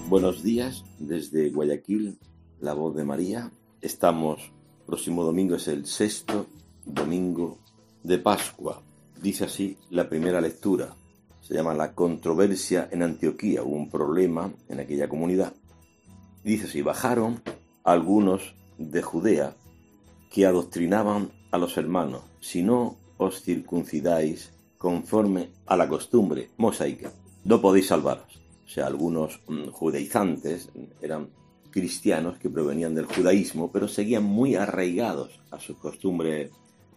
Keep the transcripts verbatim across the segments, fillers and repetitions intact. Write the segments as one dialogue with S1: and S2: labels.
S1: Buenos días desde Guayaquil, la voz de María. Estamos, próximo domingo es el sexto domingo de Pascua. Dice así la primera lectura. Se llama la controversia en Antioquía. Hubo un problema en aquella comunidad. Dice así: bajaron algunos de Judea que adoctrinaban a los hermanos: si no os circuncidáis conforme a la costumbre mosaica, no podéis salvaros. O sea, algunos mmm, judaizantes eran cristianos que provenían del judaísmo, pero seguían muy arraigados a sus costumbres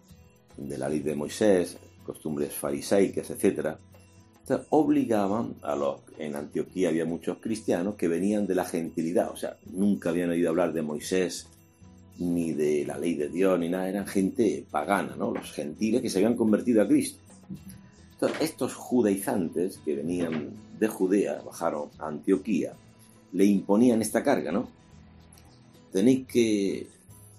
S1: de la ley de Moisés, costumbres farisaicas, etcétera. Entonces, obligaban a los... En Antioquía había muchos cristianos que venían de la gentilidad, o sea, nunca habían oído hablar de Moisés, ni de la ley de Dios, ni nada. Eran gente pagana, ¿no? Los gentiles que se habían convertido a Cristo. Entonces, estos judaizantes que venían de Judea, bajaron a Antioquía, le imponían esta carga, ¿no? Tenéis que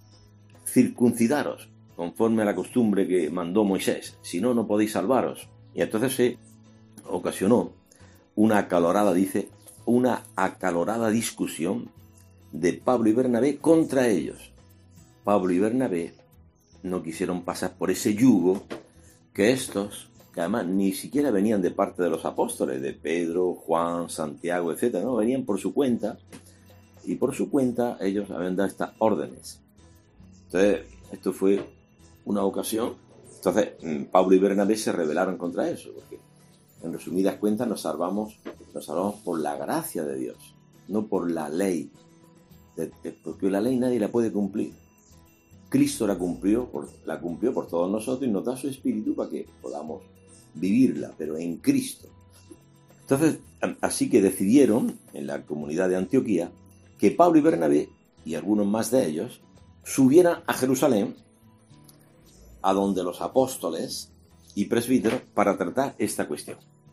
S1: circuncidaros conforme a la costumbre que mandó Moisés, si no, no podéis salvaros. Y entonces se ocasionó una acalorada, dice, una acalorada discusión de Pablo y Bernabé contra ellos. Pablo y Bernabé no quisieron pasar por ese yugo que estos, que además ni siquiera venían de parte de los apóstoles, de Pedro, Juan, Santiago, etcétera, no, venían por su cuenta, y por su cuenta ellos habían dado estas órdenes. Entonces, esto fue una ocasión. Entonces, Pablo y Bernabé se rebelaron contra eso, porque en resumidas cuentas nos salvamos, nos salvamos por la gracia de Dios, no por la ley, porque la ley nadie la puede cumplir. Cristo la cumplió, por, la cumplió por todos nosotros y nos da su espíritu para que podamos vivirla, pero en Cristo. Entonces, así que decidieron en la comunidad de Antioquía que Pablo y Bernabé y algunos más de ellos subieran a Jerusalén, a donde los apóstoles y presbíteros, para tratar esta cuestión.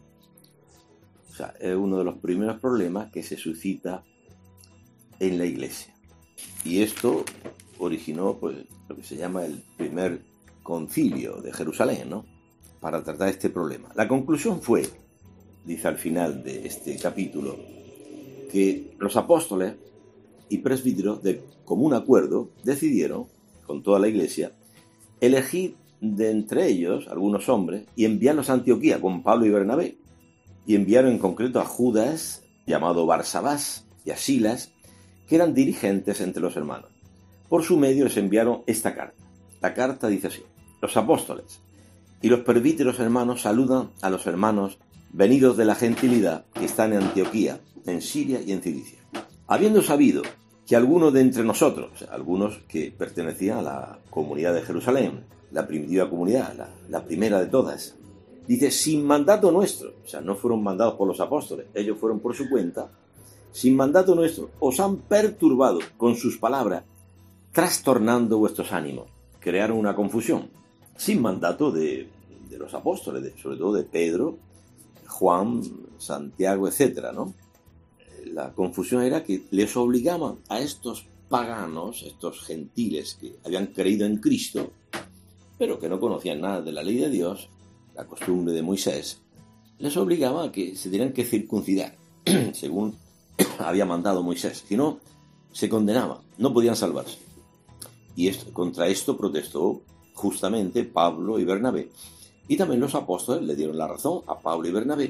S1: O sea, es uno de los primeros problemas que se suscita en la iglesia. Y esto originó, pues, lo que se llama el primer concilio de Jerusalén, ¿no? Para tratar este problema. La conclusión fue, dice al final de este capítulo, que los apóstoles y presbíteros, de común acuerdo, decidieron, con toda la iglesia, elegir de entre ellos algunos hombres y enviarlos a Antioquía con Pablo y Bernabé. Y enviaron en concreto a Judas, llamado Barsabás, y a Silas, que eran dirigentes entre los hermanos. Por su medio les enviaron esta carta. La carta dice así: los apóstoles y los presbíteros hermanos saludan a los hermanos venidos de la gentilidad que están en Antioquía, en Siria y en Cilicia. Habiendo sabido que algunos de entre nosotros, o sea, algunos que pertenecían a la comunidad de Jerusalén, la primitiva comunidad, la, la primera de todas, dice, sin mandato nuestro, o sea, no fueron mandados por los apóstoles, ellos fueron por su cuenta, sin mandato nuestro, os han perturbado con sus palabras, trastornando vuestros ánimos. Crearon una confusión, sin mandato de, de los apóstoles, de, sobre todo de Pedro, Juan, Santiago, etcétera, ¿no? La confusión era que les obligaban a estos paganos, estos gentiles que habían creído en Cristo, pero que no conocían nada de la ley de Dios, la costumbre de Moisés, les obligaban a que se tenían que circuncidar, según había mandado Moisés. Si no, se condenaban, no podían salvarse. Y esto, contra esto protestó justamente Pablo y Bernabé. Y también los apóstoles le dieron la razón a Pablo y Bernabé.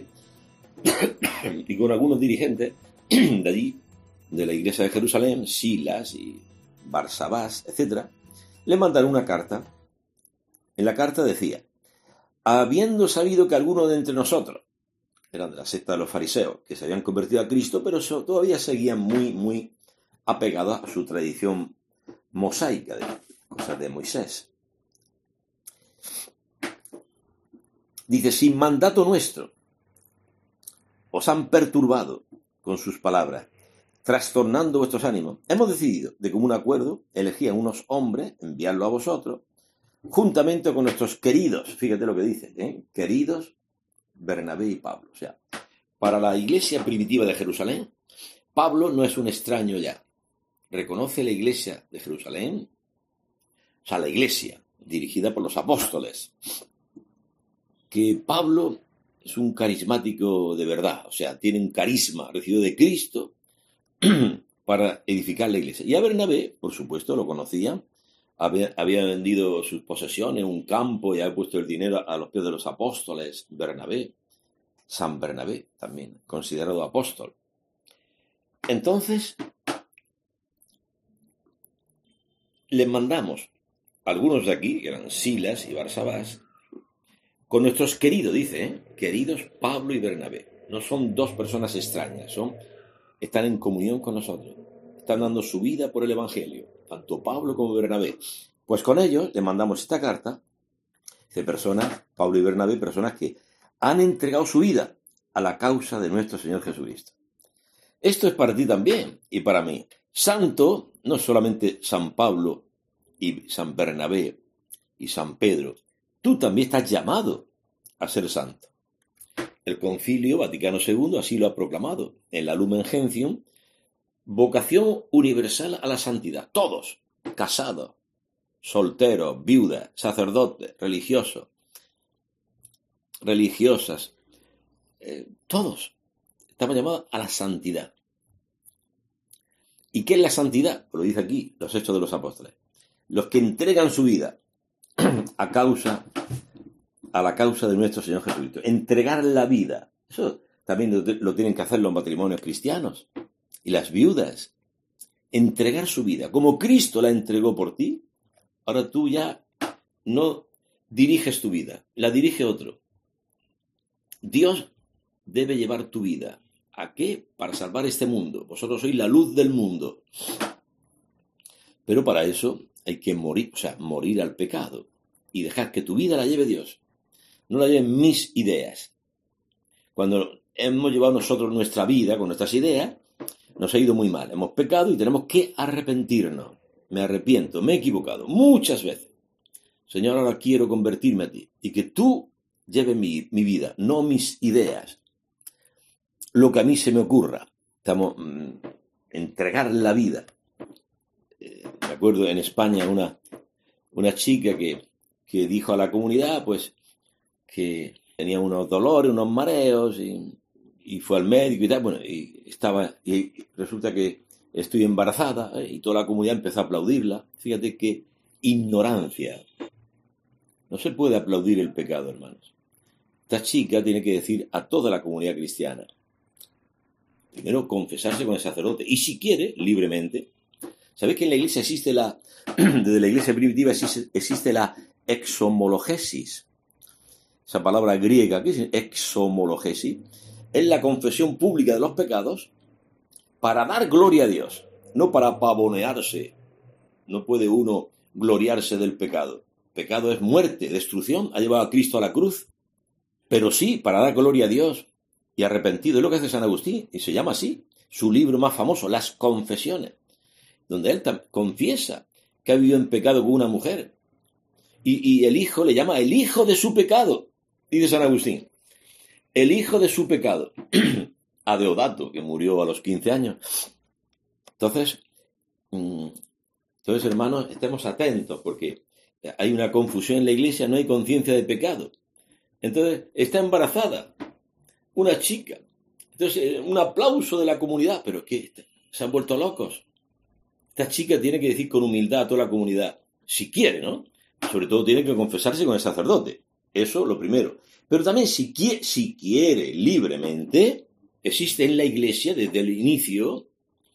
S1: Y con algunos dirigentes de allí, de la iglesia de Jerusalén, Silas y Barsabás, etcétera, le mandaron una carta. En la carta decía: habiendo sabido que algunos de entre nosotros, eran de la secta de los fariseos, que se habían convertido a Cristo, pero eso, todavía seguían muy, muy apegados a su tradición mosaica, de cosas de Moisés. Dice, sin mandato nuestro, os han perturbado con sus palabras, trastornando vuestros ánimos. Hemos decidido, de común acuerdo, elegir a unos hombres, enviarlo a vosotros, juntamente con nuestros queridos, fíjate lo que dice, ¿eh? queridos Bernabé y Pablo. O sea, para la iglesia primitiva de Jerusalén, Pablo no es un extraño ya. Reconoce la iglesia de Jerusalén, o sea, la iglesia dirigida por los apóstoles, que Pablo es un carismático de verdad, o sea, tiene un carisma recibido de Cristo, para edificar la iglesia. Y a Bernabé, por supuesto, lo conocía, había, había vendido sus posesiones, un campo, y había puesto el dinero a los pies de los apóstoles. Bernabé, San Bernabé también, considerado apóstol. Entonces, les mandamos, algunos de aquí, que eran Silas y Barsabás, con nuestros queridos, dice, ¿eh? queridos Pablo y Bernabé. No son dos personas extrañas, son, están en comunión con nosotros. Están dando su vida por el Evangelio, tanto Pablo como Bernabé. Pues con ellos le mandamos esta carta de personas, Pablo y Bernabé, personas que han entregado su vida a la causa de nuestro Señor Jesucristo. Esto es para ti también y para mí. Santo, no solamente San Pablo y San Bernabé y San Pedro, tú también estás llamado a ser santo. El Concilio Vaticano segundo así lo ha proclamado en la Lumen Gentium, vocación universal a la santidad. Todos, casados, solteros, viudas, sacerdotes, religiosos, religiosas, eh, todos estamos llamados a la santidad. ¿Y qué es la santidad? Pues lo dice aquí, los Hechos de los Apóstoles. Los que entregan su vida a causa, a la causa de nuestro Señor Jesucristo. Entregar la vida. Eso también lo, lo tienen que hacer los matrimonios cristianos. Y las viudas. Entregar su vida. Como Cristo la entregó por ti, ahora tú ya no diriges tu vida, la dirige otro. Dios debe llevar tu vida. ¿A qué? Para salvar este mundo. Vosotros sois la luz del mundo. Pero para eso hay que morir, o sea, morir al pecado y dejar que tu vida la lleve Dios. No la lleven mis ideas. Cuando hemos llevado nosotros nuestra vida con nuestras ideas, nos ha ido muy mal. Hemos pecado y tenemos que arrepentirnos. Me arrepiento, me he equivocado muchas veces. Señor, ahora quiero convertirme a ti y que tú lleves mi, mi vida, no mis ideas. Lo que a mí se me ocurra. Estamos mmm, entregar la vida. Eh, me acuerdo en España una, una chica que, que dijo a la comunidad pues que tenía unos dolores, unos mareos y, y fue al médico y tal. Bueno, y estaba y resulta que estoy embarazada, ¿eh? Y toda la comunidad empezó a aplaudirla. Fíjate qué ignorancia. No se puede aplaudir el pecado, hermanos. Esta chica tiene que decir a toda la comunidad cristiana, primero confesarse con el sacerdote y si quiere, libremente. ¿Sabéis que en la iglesia existe la, desde la iglesia primitiva existe, existe la exhomologesis? Esa palabra griega, ¿qué es exhomologesis? Es la confesión pública de los pecados para dar gloria a Dios, no para pavonearse. No puede uno gloriarse del pecado. Pecado es muerte, destrucción, ha llevado a Cristo a la cruz. Pero sí, para dar gloria a Dios y arrepentido. Es lo que hace San Agustín, y se llama así, su libro más famoso, Las Confesiones, donde él confiesa que ha vivido en pecado con una mujer. Y, y el hijo le llama el hijo de su pecado, dice San Agustín. El hijo de su pecado. A Deodato, que murió a los quince años. Entonces, entonces, hermanos, estemos atentos, porque hay una confusión en la iglesia, no hay conciencia de pecado. Entonces, está embarazada una chica. Entonces, un aplauso de la comunidad, pero ¿qué? Se han vuelto locos. Esta chica tiene que decir con humildad a toda la comunidad, si quiere, ¿no? Sobre todo tiene que confesarse con el sacerdote. Eso, lo primero. Pero también, si quiere, si quiere libremente, existe en la iglesia, desde el inicio,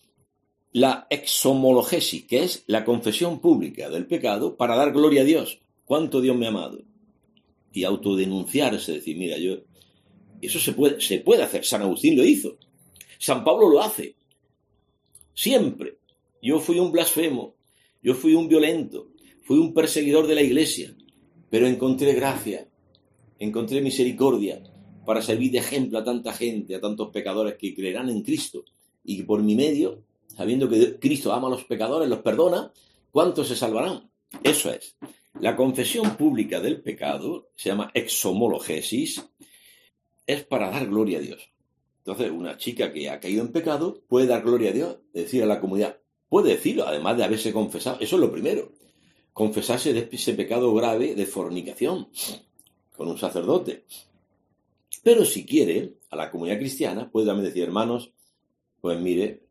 S1: la exhomologesis, que es la confesión pública del pecado para dar gloria a Dios. ¿Cuánto Dios me ha amado? Y autodenunciarse, decir, mira, yo... Eso se puede, se puede hacer. San Agustín lo hizo. San Pablo lo hace. Siempre. Yo fui un blasfemo. Yo fui un violento. Fui un perseguidor de la iglesia. Pero encontré gracia. Encontré misericordia para servir de ejemplo a tanta gente, a tantos pecadores que creerán en Cristo. Y que por mi medio, sabiendo que Cristo ama a los pecadores, los perdona, ¿cuántos se salvarán? Eso es. La confesión pública del pecado, se llama exhomologesis, es para dar gloria a Dios. Entonces, una chica que ha caído en pecado puede dar gloria a Dios, decir a la comunidad, puede decirlo, además de haberse confesado. Eso es lo primero. Confesarse de ese pecado grave de fornicación con un sacerdote. Pero si quiere, a la comunidad cristiana, puede también decir, hermanos, pues mire,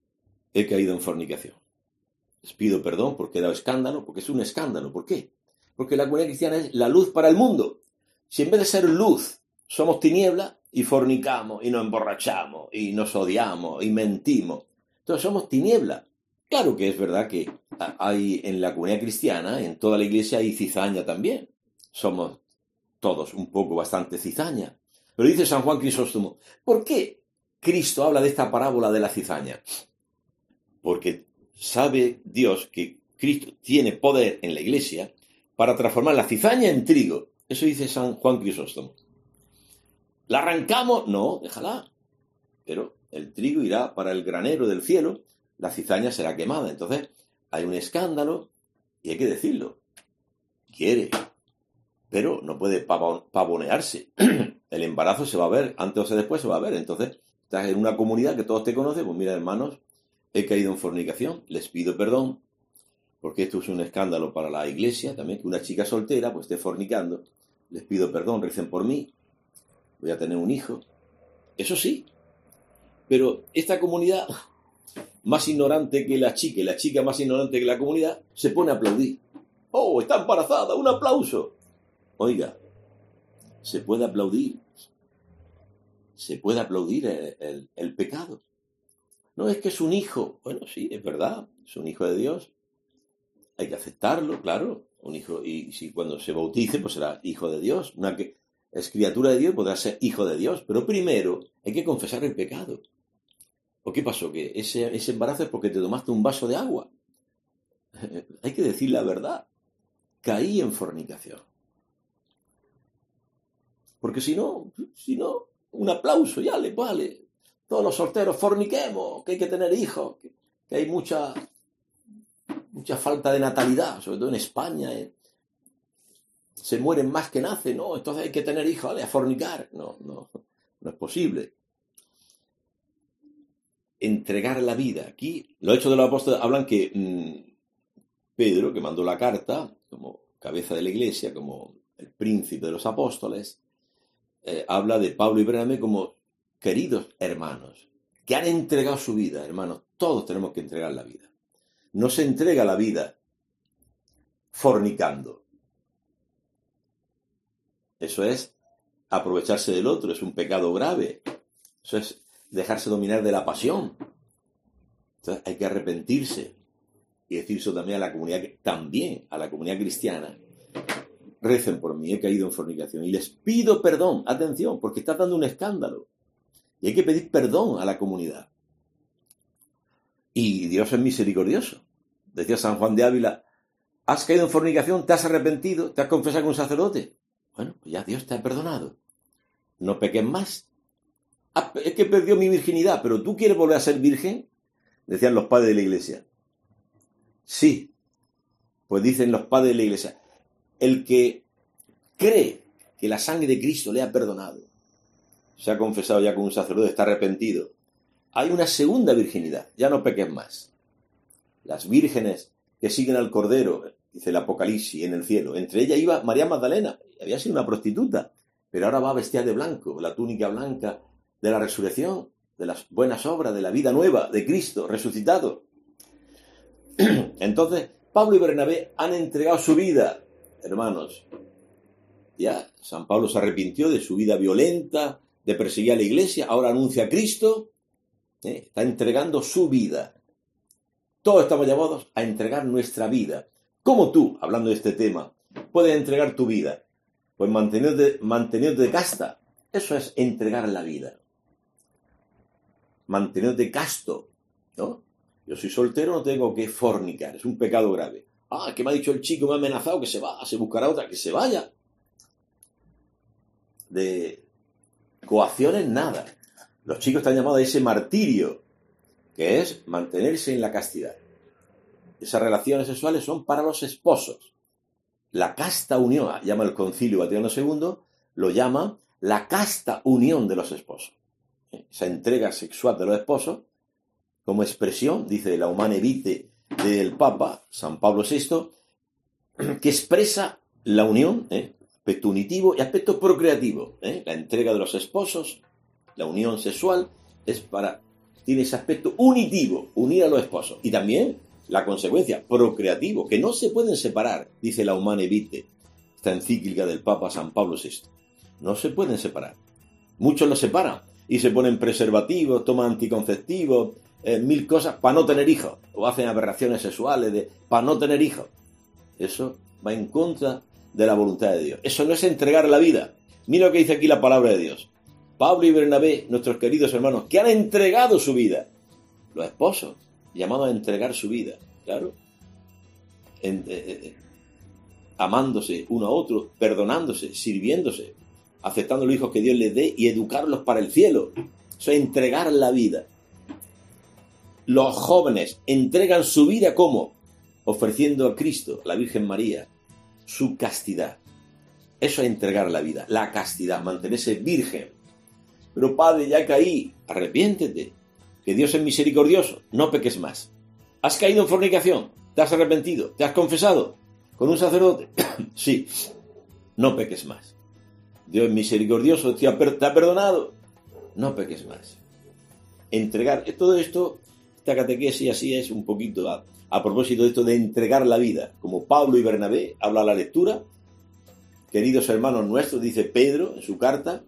S1: he caído en fornicación. Les pido perdón porque he dado escándalo, porque es un escándalo. ¿Por qué? Porque la comunidad cristiana es la luz para el mundo. Si en vez de ser luz somos tiniebla y fornicamos y nos emborrachamos y nos odiamos y mentimos, entonces somos tiniebla. Claro que es verdad que hay en la comunidad cristiana, en toda la iglesia hay cizaña también. Somos todos un poco bastante cizaña. Pero dice San Juan Crisóstomo, ¿por qué Cristo habla de esta parábola de la cizaña? Porque sabe Dios que Cristo tiene poder en la iglesia para transformar la cizaña en trigo. Eso dice San Juan Crisóstomo. ¿La arrancamos? No, déjala. Pero el trigo irá para el granero del cielo, la cizaña será quemada. Entonces hay un escándalo y hay que decirlo. Quiere, pero no puede pavonearse. El embarazo se va a ver, antes o después se va a ver. Entonces estás en una comunidad que todos te conocen, pues mira, hermanos, he caído en fornicación, les pido perdón, porque esto es un escándalo para la iglesia también, que una chica soltera pues esté fornicando. Les pido perdón, recen por mí, voy a tener un hijo. Eso sí, pero esta comunidad más ignorante que la chica y la chica más ignorante que la comunidad se pone a aplaudir. ¡Oh, está embarazada! ¡Un aplauso! Oiga, se puede aplaudir, se puede aplaudir el, el, el pecado. No es que es un hijo. Bueno, sí, es verdad, es un hijo de Dios. Hay que aceptarlo, claro. Un hijo, y si cuando se bautice, pues será hijo de Dios. Una que es criatura de Dios, podrá ser hijo de Dios. Pero primero hay que confesar el pecado. ¿O qué pasó? Que ese, ese embarazo es porque te tomaste un vaso de agua. Hay que decir la verdad. Caí en fornicación. Porque si no, si no, un aplauso, ya le vale. Todos los solteros forniquemos, que hay que tener hijos, que, que hay mucha, mucha falta de natalidad, sobre todo en España. Eh. Se mueren más que nacen, no, entonces hay que tener hijos, vale, a fornicar. No, no, no es posible. Entregar la vida. Aquí, los Hechos de los Apóstoles hablan que mmm, Pedro, que mandó la carta, como cabeza de la iglesia, como el príncipe de los apóstoles, eh, habla de Pablo y Bernabé como queridos hermanos, que han entregado su vida, hermanos. Todos tenemos que entregar la vida. No se entrega la vida fornicando. Eso es aprovecharse del otro, es un pecado grave. Eso es dejarse dominar de la pasión. Entonces hay que arrepentirse y decirlo también a la comunidad, también a la comunidad cristiana. Recen por mí, he caído en fornicación y les pido perdón. Atención, porque está dando un escándalo. Y hay que pedir perdón a la comunidad. Y Dios es misericordioso. Decía San Juan de Ávila, ¿has caído en fornicación? ¿Te has arrepentido? ¿Te has confesado con un sacerdote? Bueno, pues ya Dios te ha perdonado. No peques más. Ah, es que perdió mi virginidad, pero ¿tú quieres volver a ser virgen? Decían los padres de la iglesia. Sí, pues dicen los padres de la iglesia. El que cree que la sangre de Cristo le ha perdonado, se ha confesado ya con un sacerdote, está arrepentido, hay una segunda virginidad, ya no peques más. Las vírgenes que siguen al Cordero, dice el Apocalipsis, en el cielo, entre ellas iba María Magdalena, había sido una prostituta, pero ahora va vestida de blanco, la túnica blanca de la resurrección, de las buenas obras, de la vida nueva, de Cristo resucitado. Entonces, Pablo y Bernabé han entregado su vida, hermanos. Ya, San Pablo se arrepintió de su vida violenta, de perseguir a la iglesia, ahora anuncia a Cristo, ¿eh? Está entregando su vida. Todos estamos llamados a entregar nuestra vida. ¿Cómo tú, hablando de este tema, puedes entregar tu vida? Pues manteniéndote, manteniéndote casta. Eso es entregar la vida. Manteniéndote casto, ¿no? Yo soy soltero, no tengo que fornicar, es un pecado grave. Ah, que me ha dicho el chico, me ha amenazado que se va, se buscará otra, que se vaya. De coacciones, nada. Los chicos están llamados a ese martirio, que es mantenerse en la castidad. Esas relaciones sexuales son para los esposos. La casta unión, llama el Concilio Vaticano segundo, lo llama la casta unión de los esposos. Esa entrega sexual de los esposos, como expresión, dice la Humane Vitae del Papa, San Pablo sexto, que expresa la unión, ¿eh? aspecto unitivo y aspecto procreativo. ¿eh? La entrega de los esposos, la unión sexual, es para tiene ese aspecto unitivo, unir a los esposos. Y también la consecuencia, procreativo, que no se pueden separar, dice la Humane Vitae, esta encíclica del Papa San Pablo sexto. No se pueden separar. Muchos los separan y se ponen preservativos, toman anticonceptivos, eh, mil cosas para no tener hijos, o hacen aberraciones sexuales de, para no tener hijos. Eso va en contra de la voluntad de Dios. Eso no es entregar la vida. Mira lo que dice aquí la palabra de Dios. Pablo y Bernabé, nuestros queridos hermanos, que han entregado su vida. Los esposos, llamados a entregar su vida, claro. En, eh, eh, amándose uno a otro, perdonándose, sirviéndose, aceptando los hijos que Dios les dé y educarlos para el cielo. Eso es entregar la vida. Los jóvenes entregan su vida ¿cómo? Ofreciendo a Cristo, a la Virgen María, su castidad. Eso es entregar la vida, la castidad, mantenerse virgen. Pero padre, ya caí, arrepiéntete, que Dios es misericordioso, no peques más. ¿Has caído en fornicación? ¿Te has arrepentido? ¿Te has confesado con un sacerdote? Sí, no peques más. Dios es misericordioso, te ha, per- te ha perdonado, no peques más. Entregar, todo esto, esta catequesis así es un poquito a, a propósito de esto de entregar la vida, como Pablo y Bernabé, habla la lectura. Queridos hermanos nuestros, dice Pedro en su carta,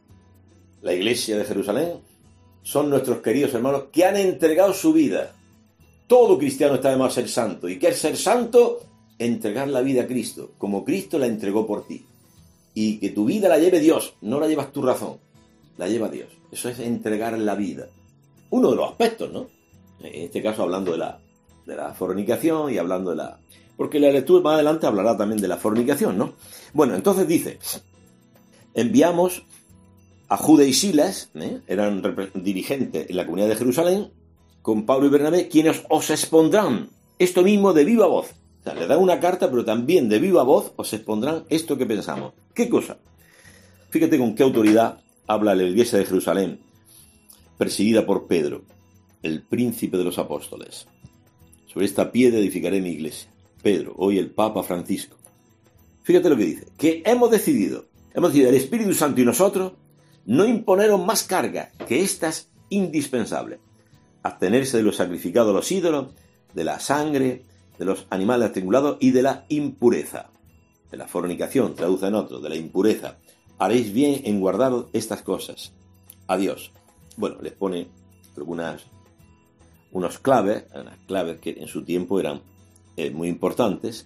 S1: la iglesia de Jerusalén, son nuestros queridos hermanos que han entregado su vida. Todo cristiano está llamado a ser santo. ¿Y qué es ser santo? Entregar la vida a Cristo, como Cristo la entregó por ti. Y que tu vida la lleve Dios, no la llevas tu razón, la lleva Dios. Eso es entregar la vida. Uno de los aspectos, ¿no? En este caso hablando de la, de la fornicación y hablando de la... Porque la lectura más adelante hablará también de la fornicación, ¿no? Bueno, entonces dice, enviamos a Judas y Silas, ¿eh? eran dirigentes en la comunidad de Jerusalén, con Pablo y Bernabé, quienes os expondrán esto mismo de viva voz. O sea, le dan una carta, pero también de viva voz os expondrán esto que pensamos. ¿Qué cosa? Fíjate con qué autoridad habla la iglesia de Jerusalén, perseguida por Pedro, el príncipe de los apóstoles. Sobre esta piedra edificaré mi iglesia. Pedro, hoy el Papa Francisco. Fíjate lo que dice, que hemos decidido, hemos decidido el Espíritu Santo y nosotros, no imponeros más carga, que estas indispensables. Abstenerse de lo sacrificado a los ídolos, de la sangre, de los animales estrangulados y de la impureza. De la fornicación, traduce en otro, de la impureza. Haréis bien en guardar estas cosas. Adiós. Bueno, les pone algunas unos claves, unas claves que en su tiempo eran eh, muy importantes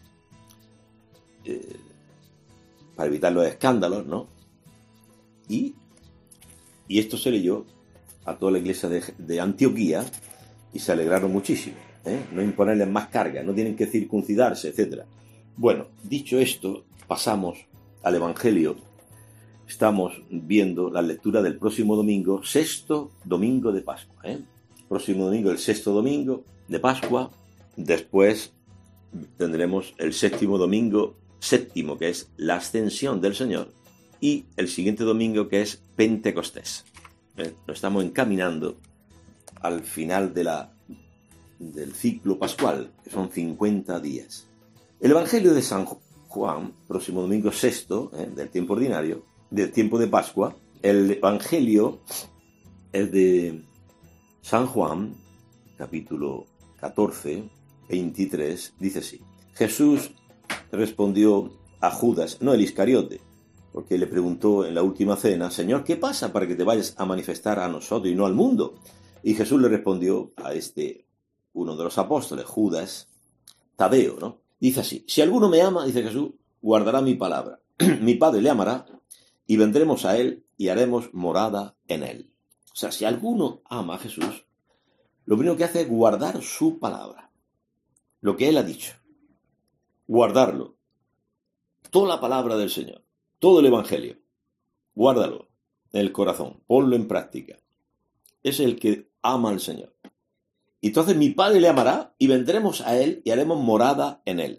S1: eh, para evitar los escándalos, ¿no? Y, y esto se leyó a toda la iglesia de, de Antioquía y se alegraron muchísimo, ¿eh? No imponerles más carga, no tienen que circuncidarse, etcétera. Bueno, dicho esto, pasamos al Evangelio. Estamos viendo la lectura del próximo domingo, sexto domingo de Pascua, ¿eh? Próximo domingo, el sexto domingo de Pascua. Después tendremos el séptimo domingo, séptimo, que es la ascensión del Señor. Y el siguiente domingo, que es Pentecostés. ¿Eh? Nos estamos encaminando al final de la, del ciclo pascual, que son cincuenta días. El Evangelio de San Juan, próximo domingo sexto, ¿eh? del tiempo ordinario, del tiempo de Pascua. El Evangelio es de San Juan, capítulo catorce, veintitrés, dice así. Jesús respondió a Judas, no el Iscariote, porque le preguntó en la última cena, Señor, ¿qué pasa para que te vayas a manifestar a nosotros y no al mundo? Y Jesús le respondió a este, uno de los apóstoles, Judas, Tadeo, ¿no? Dice así, si alguno me ama, dice Jesús, guardará mi palabra. Mi Padre le amará y vendremos a él y haremos morada en él. O sea, si alguno ama a Jesús, lo primero que hace es guardar su palabra. Lo que él ha dicho. Guardarlo. Toda la palabra del Señor. Todo el Evangelio. Guárdalo en el corazón. Ponlo en práctica. Es el que ama al Señor. Y entonces mi Padre le amará y vendremos a él y haremos morada en él.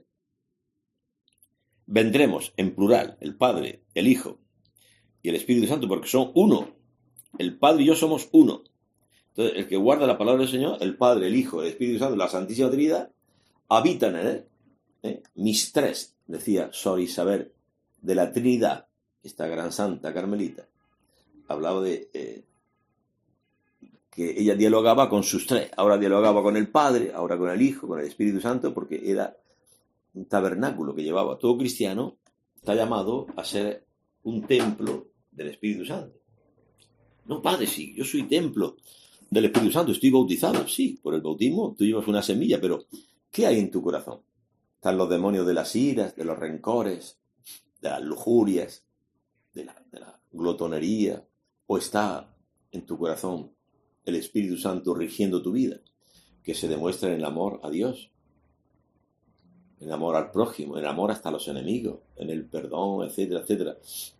S1: Vendremos en plural, el Padre, el Hijo y el Espíritu Santo, porque son uno. El Padre y yo somos uno. Entonces, el que guarda la palabra del Señor, el Padre, el Hijo, el Espíritu Santo, la Santísima Trinidad, habitan en él. ¿Eh? Mis tres, decía Sor Isabel, de la Trinidad, esta gran santa carmelita, hablaba de eh, que ella dialogaba con sus tres. Ahora dialogaba con el Padre, ahora con el Hijo, con el Espíritu Santo, porque era un tabernáculo que llevaba. Todo cristiano está llamado a ser un templo del Espíritu Santo. No, Padre, sí, yo soy templo del Espíritu Santo, estoy bautizado, sí, por el bautismo tú llevas una semilla, pero ¿qué hay en tu corazón? Están los demonios de las iras, de los rencores, de las lujurias, de la, de la glotonería, o está en tu corazón el Espíritu Santo rigiendo tu vida, que se demuestra en el amor a Dios, en el amor al prójimo, en el amor hasta a los enemigos, en el perdón, etcétera, etcétera.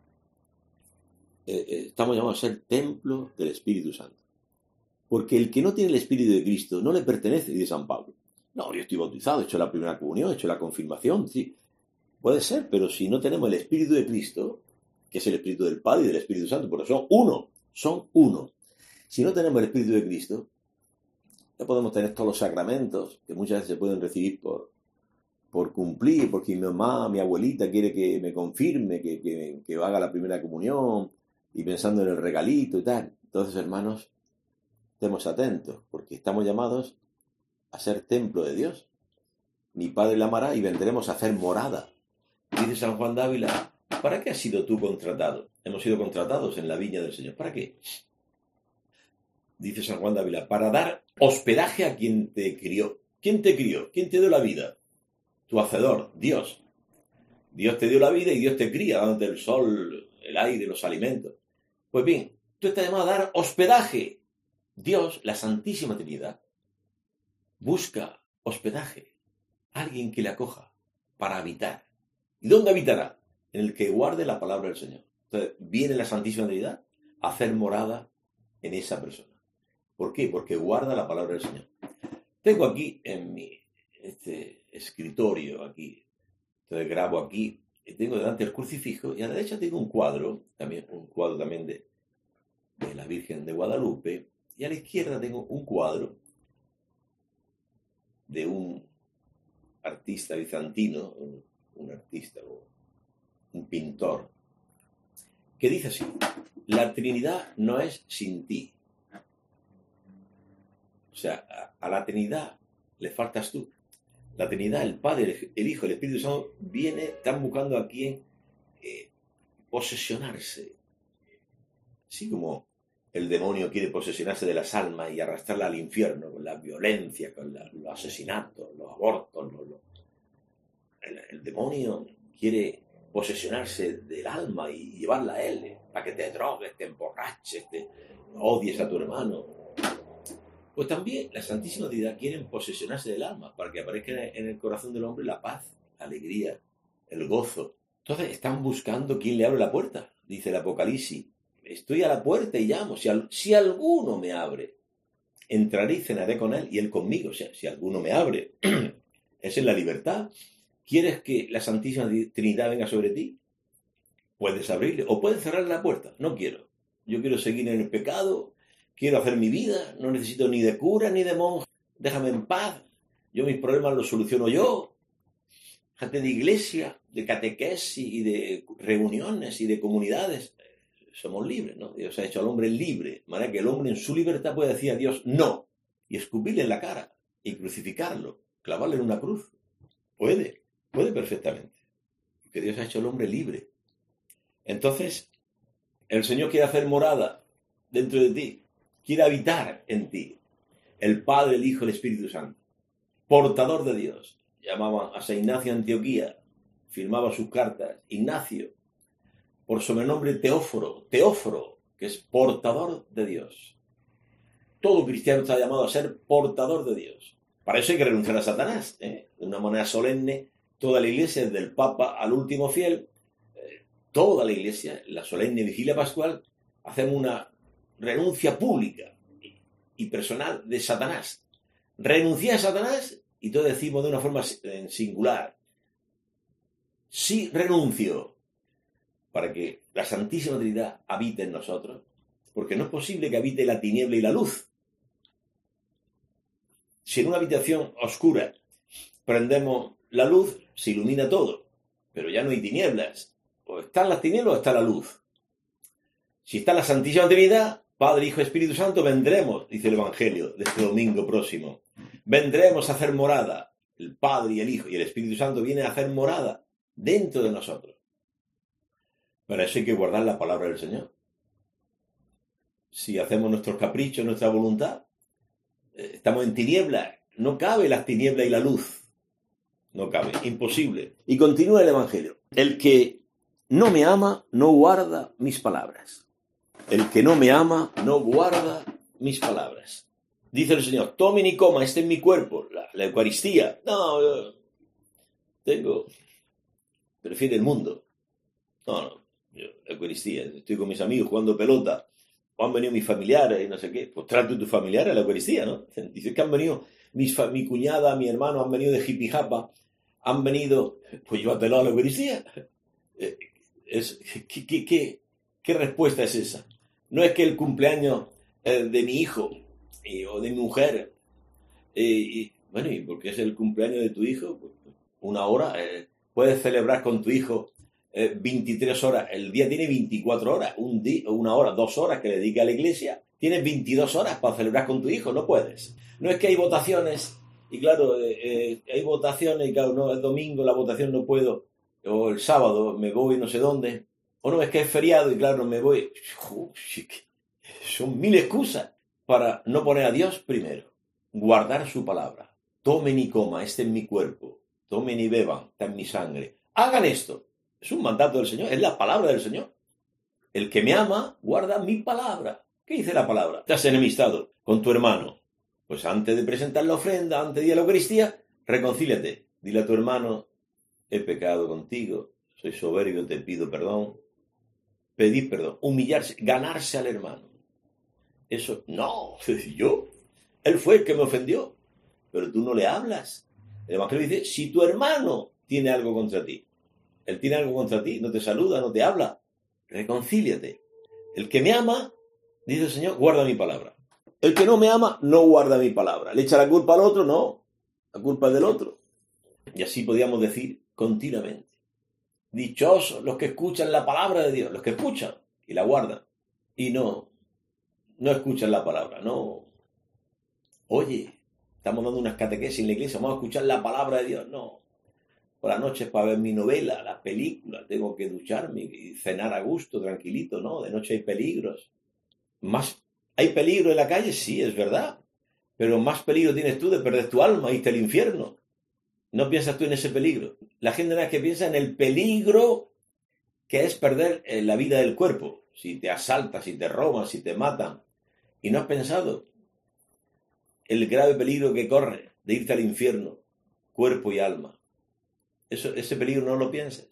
S1: Eh, eh, estamos llamados a ser templo del Espíritu Santo. Porque el que no tiene el Espíritu de Cristo no le pertenece, dice San Pablo. No, yo estoy bautizado, he hecho la primera comunión, he hecho la confirmación, sí. Puede ser, pero si no tenemos el Espíritu de Cristo, que es el Espíritu del Padre y del Espíritu Santo, porque son uno, son uno. Si no tenemos el Espíritu de Cristo, ya podemos tener todos los sacramentos, que muchas veces se pueden recibir por, por cumplir, porque mi mamá, mi abuelita quiere que me confirme, que, que, que haga la primera comunión, y pensando en el regalito y tal. Entonces, hermanos, estemos atentos, porque estamos llamados a ser templo de Dios. Mi Padre la amará y vendremos a hacer morada. Dice San Juan de Ávila, ¿para qué has sido tú contratado? Hemos sido contratados en la viña del Señor. ¿Para qué? Dice San Juan de Ávila, para dar hospedaje a quien te crió. ¿Quién te crió? ¿Quién te dio la vida? Tu hacedor, Dios. Dios te dio la vida y Dios te cría, dándote el sol, el aire, los alimentos. Pues bien, tú estás llamado a dar hospedaje. Dios, la Santísima Trinidad, busca hospedaje, alguien que le acoja para habitar. ¿Y dónde habitará? En el que guarde la palabra del Señor. Entonces, viene la Santísima Trinidad a hacer morada en esa persona. ¿Por qué? Porque guarda la palabra del Señor. Tengo aquí en mi este escritorio, aquí, entonces grabo aquí, y tengo delante el crucifijo, y a la derecha tengo un cuadro, también un cuadro también de, de la Virgen de Guadalupe, y a la izquierda tengo un cuadro de un artista bizantino, un, un artista o un pintor, que dice así, la Trinidad no es sin ti. O sea, a, a la Trinidad le faltas tú. La Trinidad, el Padre, el Hijo, el Espíritu Santo, viene, están buscando a quien eh, posesionarse. Así como el demonio quiere posesionarse de las almas y arrastrarla al infierno con la violencia, con la, los asesinatos, los abortos. Los, los... El, el demonio quiere posesionarse del alma y llevarla a él, para que te drogues, te emborraches, te odies a tu hermano. Pues también la Santísima Trinidad quiere posesionarse del alma, para que aparezca en el corazón del hombre la paz, la alegría, el gozo. Entonces están buscando quién le abre la puerta, dice el Apocalipsis. Estoy a la puerta y llamo. Si, al, si alguno me abre, entraré y cenaré con él y él conmigo. O sea, si alguno me abre, esa es la libertad. ¿Quieres que la Santísima Trinidad venga sobre ti? Puedes abrirle o puedes cerrar la puerta. No quiero. Yo quiero seguir en el pecado, quiero hacer mi vida, no necesito ni de cura ni de monje. Déjame en paz. Yo mis problemas los soluciono yo. Déjate de iglesia, de catequesis y de reuniones y de comunidades. Somos libres, ¿no? Dios ha hecho al hombre libre, de manera que el hombre en su libertad puede decir a Dios no, y escupirle en la cara, y crucificarlo, clavarle en una cruz. Puede, puede perfectamente, porque Dios ha hecho al hombre libre. Entonces, el Señor quiere hacer morada dentro de ti, quiere habitar en ti, el Padre, el Hijo, el Espíritu Santo, portador de Dios. Llamaban a San Ignacio de Antioquía, firmaba sus cartas, Ignacio, por sobrenombre Teóforo, Teóforo, que es portador de Dios. Todo cristiano está llamado a ser portador de Dios. Para eso hay que renunciar a Satanás, ¿eh? De una manera solemne, toda la iglesia, desde el Papa al último fiel, eh, toda la iglesia, la solemne vigilia pascual, hacemos una renuncia pública y, y personal de Satanás. Renunciar a Satanás, y todos decimos de una forma singular, sí renuncio, para que la Santísima Trinidad habite en nosotros, porque no es posible que habite la tiniebla y la luz. Si en una habitación oscura prendemos la luz, se ilumina todo, pero ya no hay tinieblas. O están las tinieblas o está la luz. Si está la Santísima Trinidad, Padre, Hijo, Espíritu Santo, vendremos, dice el Evangelio de este domingo próximo. Vendremos a hacer morada. El Padre y el Hijo y el Espíritu Santo vienen a hacer morada dentro de nosotros. Para eso hay que guardar la palabra del Señor. Si hacemos nuestros caprichos, nuestra voluntad, estamos en tinieblas. No cabe las tinieblas y la luz. No cabe, imposible. Y continúa el Evangelio. El que no me ama, no guarda mis palabras. El que no me ama, no guarda mis palabras. Dice el Señor, tomen y coman, este es mi cuerpo, la, la Eucaristía. No, yo tengo, prefiere el mundo. No, no, yo, la Eucaristía, estoy con mis amigos jugando pelota, o han venido mis familiares y no sé qué. Pues trato a tus familiares a la Eucaristía, ¿no? Dice que han venido mis, mi cuñada, mi hermano, han venido de Jipijapa, han venido, pues llévatelo a la Eucaristía. Es, ¿qué, qué, qué, ¿Qué respuesta es esa? No es que el cumpleaños eh, de mi hijo y, o de mi mujer, eh, y, bueno, ¿y por qué es el cumpleaños de tu hijo? Pues, una hora, eh, puedes celebrar con tu hijo eh, veintitrés horas, el día tiene veinticuatro horas, un día, una hora, dos horas que le dedica a la iglesia, tienes veintidós horas para celebrar con tu hijo, no puedes. No es que hay votaciones, y claro, eh, eh, hay votaciones, y claro, no, el domingo la votación no puedo, o el sábado me voy no sé dónde, o no, es que es feriado y claro, me voy. Son mil excusas para no poner a Dios primero. Guardar su palabra. Tomen y coman, este es mi cuerpo. Tomen y beban, está en mi sangre. Hagan esto. Es un mandato del Señor, es la palabra del Señor. El que me ama, guarda mi palabra. ¿Qué dice la palabra? Te has enemistado con tu hermano. Pues antes de presentar la ofrenda, antes de ir a la Eucaristía, reconcíliate. Dile a tu hermano, he pecado contigo, soy soberbio, te pido perdón. Pedir perdón, humillarse, ganarse al hermano. Eso, no, yo, él fue el que me ofendió, pero tú no le hablas. El Evangelio dice, si tu hermano tiene algo contra ti, él tiene algo contra ti, no te saluda, no te habla, reconcíliate. El que me ama, dice el Señor, guarda mi palabra. El que no me ama, no guarda mi palabra. ¿Le echa la culpa al otro? No, la culpa es del otro. Y así podíamos decir continuamente. Dichosos los que escuchan la palabra de Dios, los que escuchan y la guardan. Y no, no escuchan la palabra, no. Oye, estamos dando unas catequesis en la iglesia, vamos a escuchar la palabra de Dios. No, por la noche es para ver mi novela, la película, tengo que ducharme y cenar a gusto, tranquilito, ¿no? De noche hay peligros. Más, ¿hay peligro en la calle? Sí, es verdad. Pero más peligro tienes tú de perder tu alma, irte al infierno. No piensas tú en ese peligro. La gente nada más que piensa en el peligro que es perder la vida del cuerpo. Si te asaltan, si te roban, si te matan. Y no has pensado el grave peligro que corre de irte al infierno, cuerpo y alma. Eso, ese peligro no lo pienses.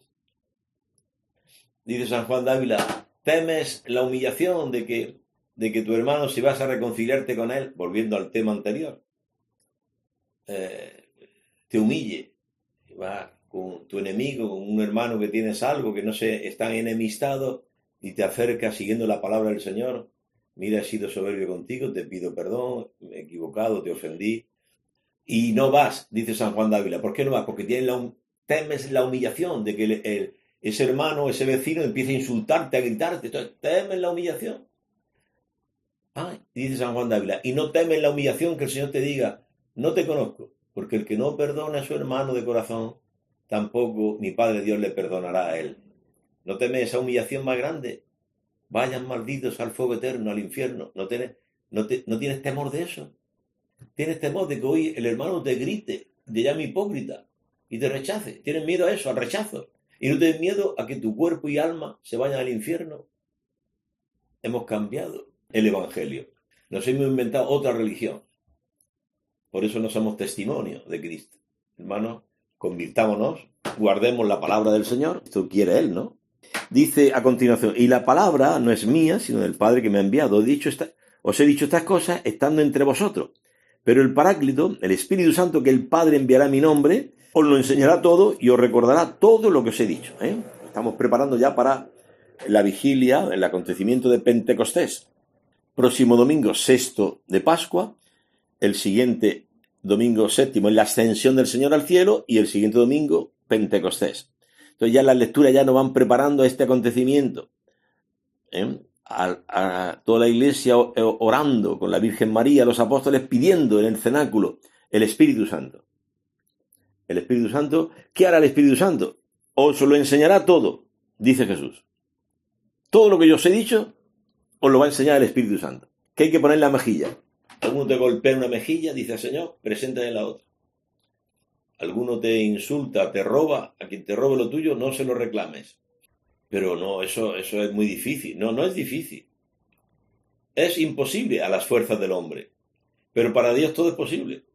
S1: Dice San Juan de Ávila, temes la humillación de que, de que tu hermano, si vas a reconciliarte con él, volviendo al tema anterior, eh, te humille, va con tu enemigo, con un hermano que tienes algo, que no se están enemistados, y te acercas siguiendo la palabra del Señor. Mira, he sido soberbio contigo, te pido perdón, me he equivocado, te ofendí. Y no vas, dice San Juan de Ávila. ¿Por qué no vas? Porque tienes la, temes la humillación de que el, el, ese hermano, ese vecino empiece a insultarte, a gritarte. Entonces, temes la humillación. Ah, dice San Juan de Ávila. Y no temes la humillación que el Señor te diga, no te conozco. Porque el que no perdona a su hermano de corazón, tampoco mi Padre Dios le perdonará a él. ¿No temes esa humillación más grande? Vayan malditos al fuego eterno, al infierno. ¿No tienes, no te, no tienes temor de eso? ¿Tienes temor de que hoy el hermano te grite, te llame hipócrita y te rechace? ¿Tienes miedo a eso, al rechazo? ¿Y no tienes miedo a que tu cuerpo y alma se vayan al infierno? Hemos cambiado el Evangelio. Nos hemos inventado otra religión. Por eso no somos testimonio de Cristo. Hermanos, convirtámonos, guardemos la palabra del Señor. Esto quiere Él, ¿no? Dice a continuación, y la palabra no es mía, sino del Padre que me ha enviado. He dicho esta, os he dicho estas cosas estando entre vosotros. Pero el Paráclito, el Espíritu Santo que el Padre enviará en mi nombre, os lo enseñará todo y os recordará todo lo que os he dicho. ¿eh? Estamos preparando ya para la vigilia, el acontecimiento de Pentecostés. Próximo domingo, sexto de Pascua. El siguiente domingo séptimo es la ascensión del Señor al cielo y el siguiente domingo, Pentecostés. Entonces ya las lecturas ya nos van preparando a este acontecimiento. ¿eh? a, a toda la iglesia orando con la Virgen María, los apóstoles pidiendo en el cenáculo el Espíritu Santo. El Espíritu Santo, ¿qué hará el Espíritu Santo? Os lo enseñará todo, dice Jesús. Todo lo que yo os he dicho, os lo va a enseñar el Espíritu Santo. Que hay que poner la mejilla. Alguno te golpea una mejilla, dice el Señor, preséntale la otra. Alguno te insulta, te roba, a quien te robe lo tuyo, no se lo reclames. Pero no, eso, eso es muy difícil. No, no es difícil. Es imposible a las fuerzas del hombre. Pero para Dios todo es posible.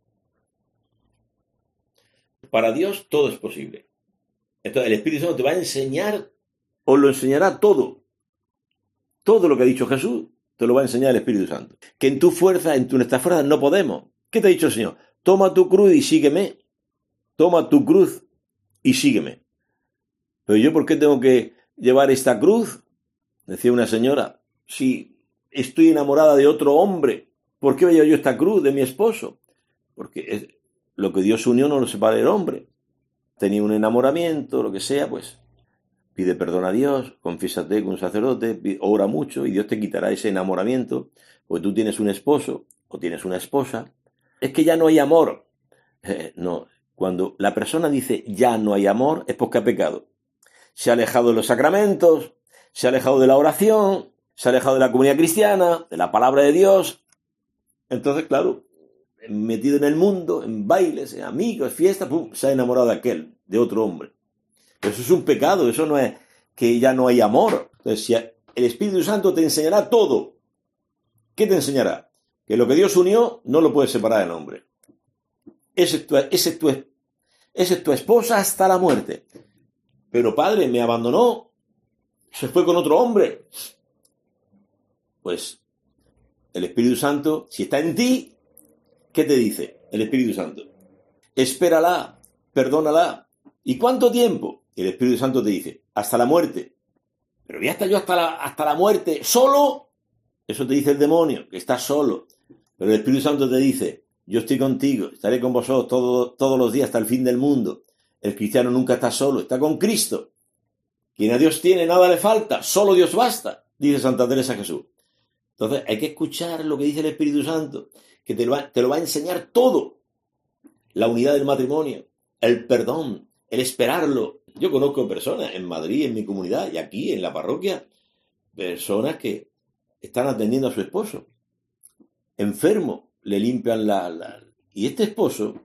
S1: Para Dios todo es posible. Entonces el Espíritu Santo te va a enseñar, os lo enseñará todo. Todo lo que ha dicho Jesús, te lo va a enseñar el Espíritu Santo. Que en tu fuerza, en tu, nuestras fuerzas no podemos. ¿Qué te ha dicho el Señor? Toma tu cruz y sígueme. Toma tu cruz y sígueme. Pero yo, ¿por qué tengo que llevar esta cruz? Decía una señora, si estoy enamorada de otro hombre, ¿por qué voy a llevar yo esta cruz de mi esposo? Porque es, lo que Dios unió no lo separa el hombre. Tenía un enamoramiento, lo que sea, pues pide perdón a Dios, confiésate con un sacerdote, ora mucho y Dios te quitará ese enamoramiento, porque tú tienes un esposo o tienes una esposa. Es que ya no hay amor. Eh, no, cuando la persona dice ya no hay amor es porque ha pecado. Se ha alejado de los sacramentos, se ha alejado de la oración, se ha alejado de la comunidad cristiana, de la palabra de Dios. Entonces, claro, metido en el mundo, en bailes, en amigos, fiestas, pum, se ha enamorado de aquel, de otro hombre. Pero eso es un pecado, eso no es que ya no hay amor. Entonces, si el Espíritu Santo te enseñará todo, ¿qué te enseñará? Que lo que Dios unió no lo puede separar el hombre. Ese es tu, ese es tu, ese es tu esposa hasta la muerte. Pero padre, me abandonó, se fue con otro hombre. Pues el Espíritu Santo, si está en ti, ¿qué te dice el Espíritu Santo? Espérala, perdónala. ¿Y cuánto tiempo? El Espíritu Santo te dice, hasta la muerte. Pero ya está yo hasta la, hasta la muerte, ¿solo? Eso te dice el demonio, que estás solo. Pero el Espíritu Santo te dice, yo estoy contigo, estaré con vosotros todo, todos los días hasta el fin del mundo. El cristiano nunca está solo, está con Cristo. Quien a Dios tiene, nada le falta, solo Dios basta, dice Santa Teresa de Jesús. Entonces hay que escuchar lo que dice el Espíritu Santo, que te lo va, te lo va a enseñar todo. La unidad del matrimonio, el perdón, el esperarlo. Yo conozco personas en Madrid, en mi comunidad, y aquí en la parroquia, personas que están atendiendo a su esposo, enfermo, le limpian la... la... Y este esposo,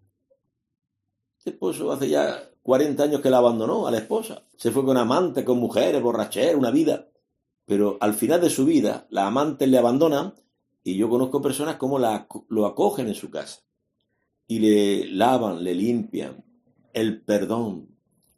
S1: este esposo hace ya cuarenta años que la abandonó a la esposa. Se fue con amantes, con mujeres, borrachera, una vida. Pero al final de su vida, las amantes le abandonan y yo conozco personas como la, lo acogen en su casa. Y le lavan, le limpian. El perdón.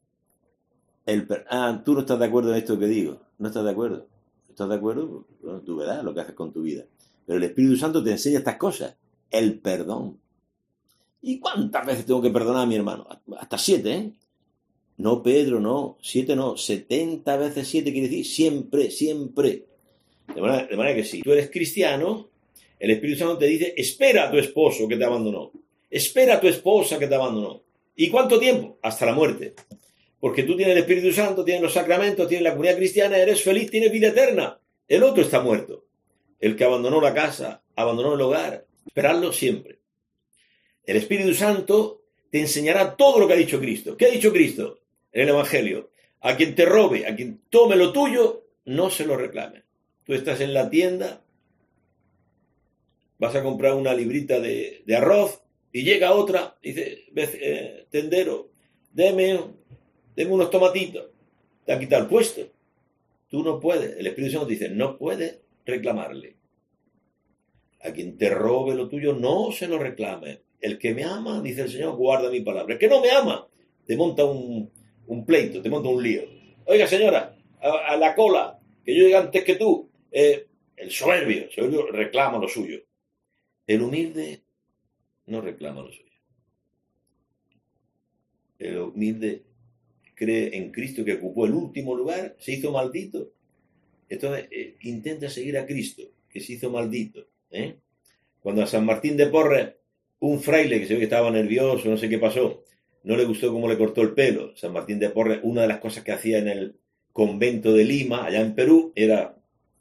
S1: El per... Ah, tú no estás de acuerdo en esto que digo. No estás de acuerdo. ¿Estás de acuerdo? Bueno, tú verás lo que haces con tu vida. Pero el Espíritu Santo te enseña estas cosas. El perdón. ¿Y cuántas veces tengo que perdonar a mi hermano? Hasta siete, ¿eh? No, Pedro, no. Siete no. Setenta veces siete quiere decir siempre, siempre. De manera, de manera que si tú eres cristiano, el Espíritu Santo te dice, espera a tu esposo que te abandonó. Espera a tu esposa que te abandonó. ¿Y cuánto tiempo? Hasta la muerte. Porque tú tienes el Espíritu Santo, tienes los sacramentos, tienes la comunidad cristiana, eres feliz, tienes vida eterna. El otro está muerto. El que abandonó la casa, abandonó el hogar. Esperadlo siempre. El Espíritu Santo te enseñará todo lo que ha dicho Cristo. ¿Qué ha dicho Cristo en el Evangelio? A quien te robe, a quien tome lo tuyo, no se lo reclame. Tú estás en la tienda, vas a comprar una librita de, de arroz y llega otra, dice, eh, tendero, deme, deme unos tomatitos. Te ha quitado el puesto. Tú no puedes. El Espíritu Santo dice, no puedes reclamarle. A quien te robe lo tuyo, no se lo reclame. El que me ama, dice el Señor, guarda mi palabra. El que no me ama, te monta un, un pleito, te monta un lío. Oiga, señora, a, a la cola, que yo llegue antes que tú. Eh, el soberbio, el soberbio reclama lo suyo. El humilde no reclama lo suyo. El humilde cree en Cristo que ocupó el último lugar, se hizo maldito. Entonces, eh, intenta seguir a Cristo, que se hizo maldito. ¿eh? Cuando a San Martín de Porres, un fraile que se ve que estaba nervioso, no sé qué pasó, no le gustó cómo le cortó el pelo. San Martín de Porres, una de las cosas que hacía en el convento de Lima, allá en Perú, era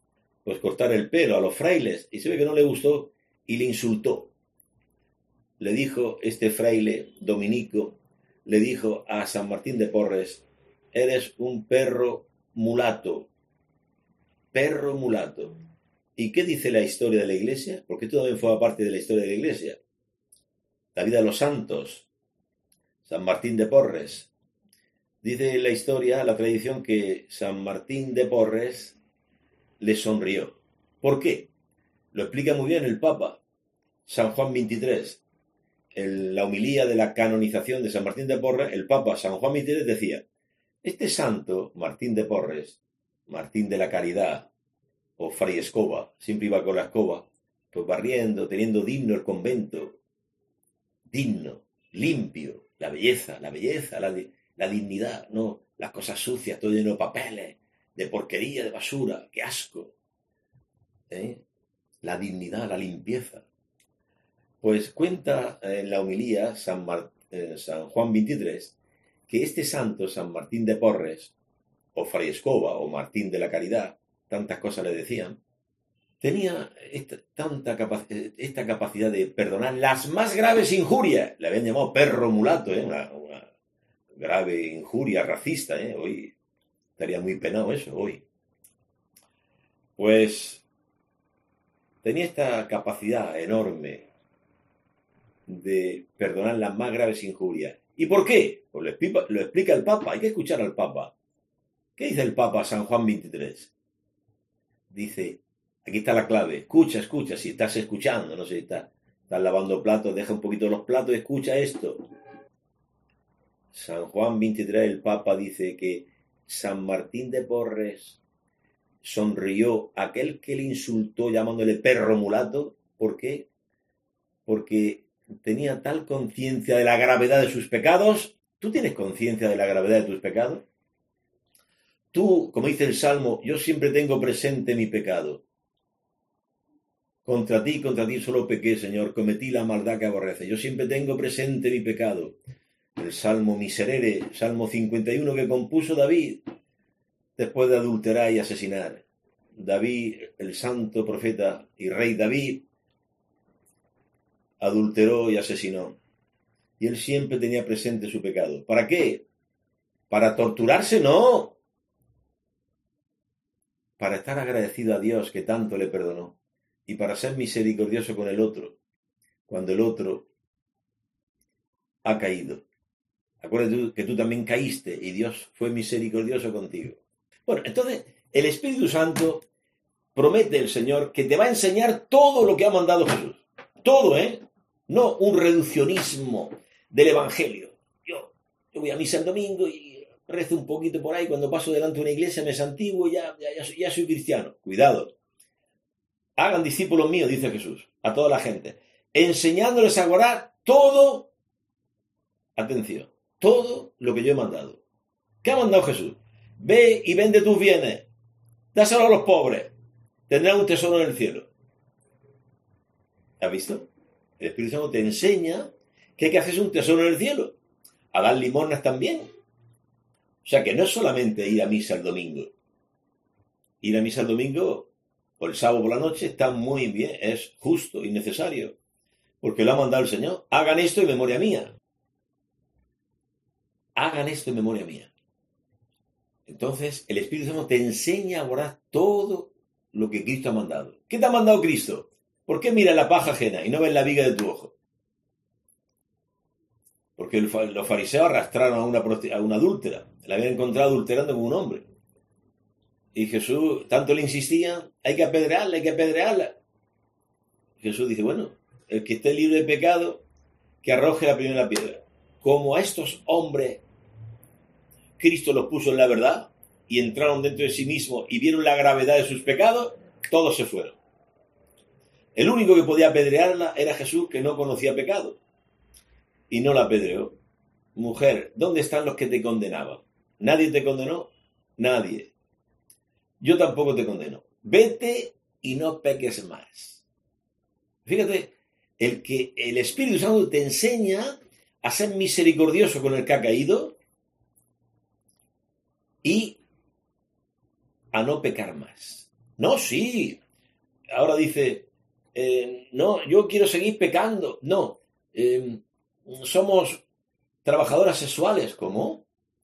S1: pues cortar el pelo a los frailes, y se ve que no le gustó y le insultó. Le dijo este fraile dominico, le dijo a San Martín de Porres: eres un perro mulato, perro mulato. ¿Y qué dice la historia de la Iglesia? Porque esto también forma parte de la historia de la Iglesia. La vida de los santos. San Martín de Porres. Dice la historia, la tradición, que San Martín de Porres le sonrió. ¿Por qué? Lo explica muy bien el Papa, San Juan veintitrés. En la homilía de la canonización de San Martín de Porres, el Papa San Juan veintitrés decía: este santo, Martín de Porres, Martín de la Caridad, o Fray Escoba, siempre iba con la escoba, pues barriendo, teniendo digno el convento, digno, limpio, la belleza, la belleza, la, la dignidad, no las cosas sucias, todo lleno de papeles, de porquería, de basura, qué asco. ¿Eh? La dignidad, la limpieza. Pues cuenta en la homilía San, Mar, eh, San Juan veintitrés que este santo, San Martín de Porres, o Fray Escoba, o Martín de la Caridad, tantas cosas le decían, tenía esta, tanta capac esta capacidad de perdonar las más graves injurias. Le habían llamado perro mulato, ¿eh? una, una grave injuria racista. ¿eh? Hoy estaría muy penado eso, hoy. Pues tenía esta capacidad enorme de perdonar las más graves injurias. ¿Y por qué? Pues lo explica, lo explica el Papa. Hay que escuchar al Papa. ¿Qué dice el Papa San Juan veintitrés? Dice, aquí está la clave, escucha, escucha, si estás escuchando, no sé si estás, estás lavando platos, deja un poquito los platos, escucha esto. San Juan veintitrés, el Papa dice que San Martín de Porres sonrió a aquel que le insultó llamándole perro mulato. ¿Por qué? Porque tenía tal conciencia de la gravedad de sus pecados. ¿Tú tienes conciencia de la gravedad de tus pecados? Tú, como dice el Salmo, yo siempre tengo presente mi pecado. Contra ti, contra ti solo pequé, Señor, cometí la maldad que aborrece. Yo siempre tengo presente mi pecado. El Salmo Miserere, Salmo cincuenta y uno que compuso David después de adulterar y asesinar. David, el santo profeta y rey David, adulteró y asesinó. Y él siempre tenía presente su pecado. ¿Para qué? ¿Para torturarse? No. Para estar agradecido a Dios que tanto le perdonó y para ser misericordioso con el otro cuando el otro ha caído. Acuérdate que tú también caíste y Dios fue misericordioso contigo. Bueno, entonces el Espíritu Santo promete el Señor que te va a enseñar todo lo que ha mandado Jesús. Todo, ¿eh? No un reduccionismo del Evangelio. Yo, yo voy a misa el domingo y rezo un poquito por ahí, cuando paso delante de una iglesia me santiguo y ya, ya, ya, soy, ya soy cristiano. Cuidado. Hagan discípulos míos, dice Jesús, a toda la gente, enseñándoles a guardar todo, atención, todo lo que yo he mandado. ¿Qué ha mandado Jesús? Ve y vende tus bienes, dáselo a los pobres, tendrás un tesoro en el cielo. ¿Has visto? El Espíritu Santo te enseña que hay que hacerse un tesoro en el cielo, a dar limosnas también. O sea que no es solamente ir a misa el domingo. Ir a misa el domingo o el sábado por la noche está muy bien, es justo y necesario, porque lo ha mandado el Señor. Hagan esto en memoria mía. Hagan esto en memoria mía. Entonces, el Espíritu Santo te enseña a guardar todo lo que Cristo ha mandado. ¿Qué te ha mandado Cristo? ¿Por qué miras la paja ajena y no ves la viga de tu ojo? Porque los fariseos arrastraron a una, a una adúltera. La habían encontrado adulterando con un hombre. Y Jesús, tanto le insistía, hay que apedrearla, hay que apedrearla. Jesús dice, bueno, el que esté libre de pecado, que arroje la primera piedra. Como a estos hombres, Cristo los puso en la verdad y entraron dentro de sí mismos y vieron la gravedad de sus pecados, todos se fueron. El único que podía apedrearla era Jesús, que no conocía pecado. Y no la apedreó. Mujer, ¿dónde están los que te condenaban? ¿Nadie te condenó? Nadie. Yo tampoco te condeno. Vete y no peques más. Fíjate, el que el Espíritu Santo te enseña a ser misericordioso con el que ha caído y a no pecar más. No, sí. Ahora dice, eh, no, yo quiero seguir pecando. No, eh, somos trabajadoras sexuales. ¿Cómo?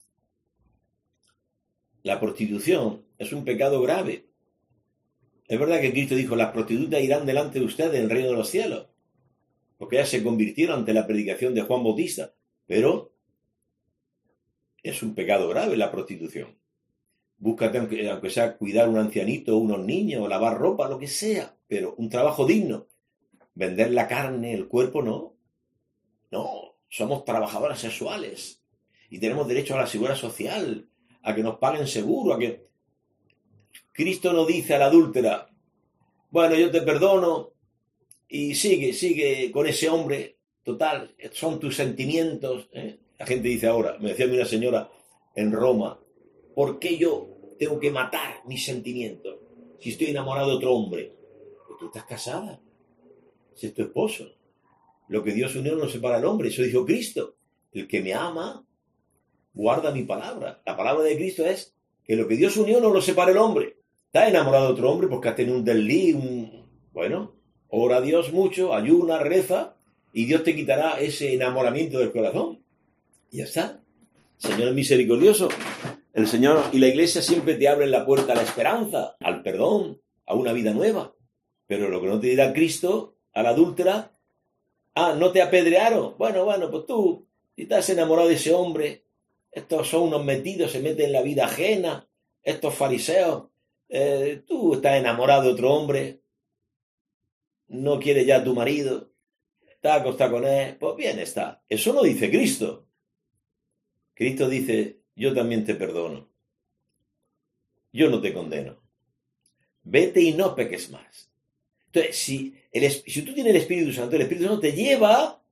S1: La prostitución es un pecado grave. Es verdad que Cristo dijo, las prostitutas irán delante de ustedes en el reino de los cielos, porque ellas se convirtieron ante la predicación de Juan Bautista. Pero es un pecado grave la prostitución. Búscate, aunque, aunque sea cuidar a un ancianito, unos niños, o lavar ropa, lo que sea, pero un trabajo digno. Vender la carne, el cuerpo, no. No, somos trabajadoras sexuales y tenemos derecho a la seguridad social, a que nos paguen seguro, a que... Cristo no dice a la adúltera, bueno, yo te perdono y sigue, sigue con ese hombre, total, son tus sentimientos. ¿eh? La gente dice ahora, me decía una señora en Roma, ¿por qué yo tengo que matar mis sentimientos si estoy enamorado de otro hombre? Pues tú estás casada, si es tu esposo. Lo que Dios unió no separa al hombre, eso dijo Cristo. El que me ama, guarda mi palabra. La palabra de Cristo es que lo que Dios unió no lo separa el hombre. Estás enamorado de otro hombre porque has tenido un desliz, un... Bueno, ora a Dios mucho, ayuna, reza, y Dios te quitará ese enamoramiento del corazón. Y ya está. El Señor es misericordioso. El Señor y la Iglesia siempre te abren la puerta a la esperanza, al perdón, a una vida nueva. Pero lo que no te dirá Cristo a la adúltera, ah, ¿no te apedrearon? Bueno, bueno, pues tú, si estás enamorado de ese hombre, estos son unos metidos, se meten en la vida ajena, estos fariseos, eh, tú estás enamorado de otro hombre, no quieres ya a tu marido, estás acostado con él, pues bien está. Eso no dice Cristo. Cristo dice, yo también te perdono. Yo no te condeno. Vete y no peques más. Entonces, si, el, si tú tienes el Espíritu Santo, el Espíritu Santo te lleva